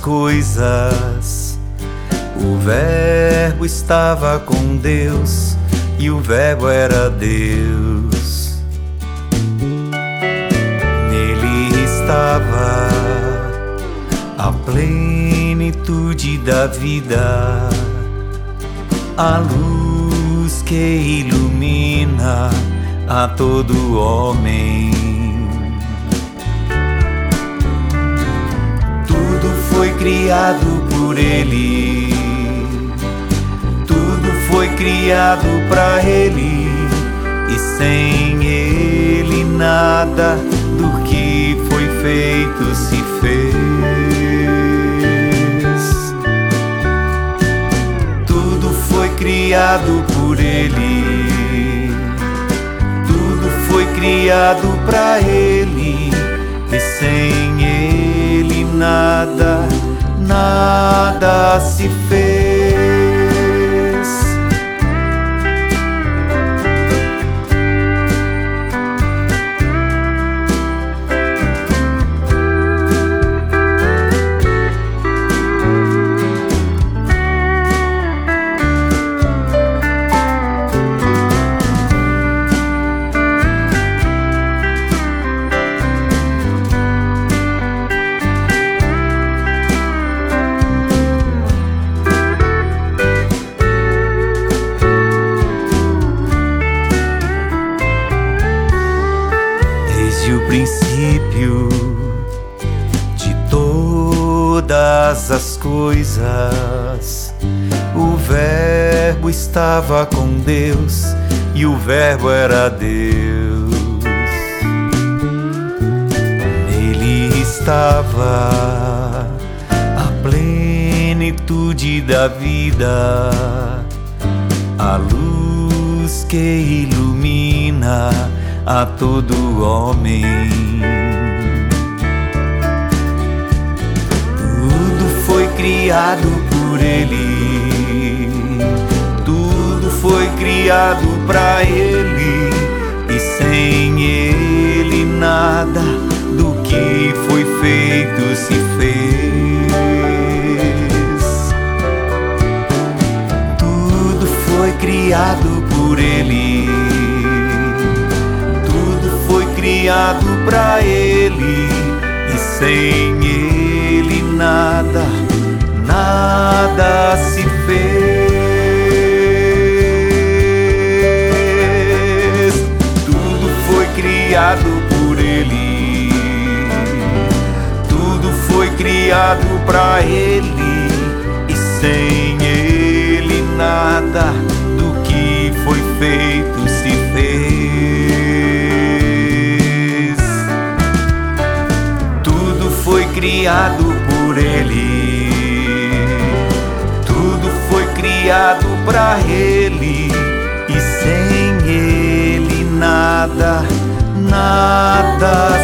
coisas. O Verbo estava com Deus e o Verbo era Deus. Nele estava a plenitude da vida, a luz que ilumina a todo homem. Tudo foi criado por Ele, tudo foi criado para Ele, e sem Ele nada do que foi feito se fez. Tudo foi criado por Ele, tudo foi criado para Ele, e sem Ele nada se fez. Desde o princípio de todas as coisas, o Verbo estava com Deus e o Verbo era Deus. Nele estava a plenitude da vida, a luz que ilumina a todo homem. Tudo foi criado por Ele, tudo foi criado para Ele, e sem Ele nada do que foi feito se fez. Tudo foi criado por Ele, criado para Ele, e sem Ele nada se fez. Tudo foi criado por Ele, tudo foi criado para Ele, e sem Ele nada do que foi feito se fez. Criado por Ele, tudo foi criado para Ele, e sem Ele nada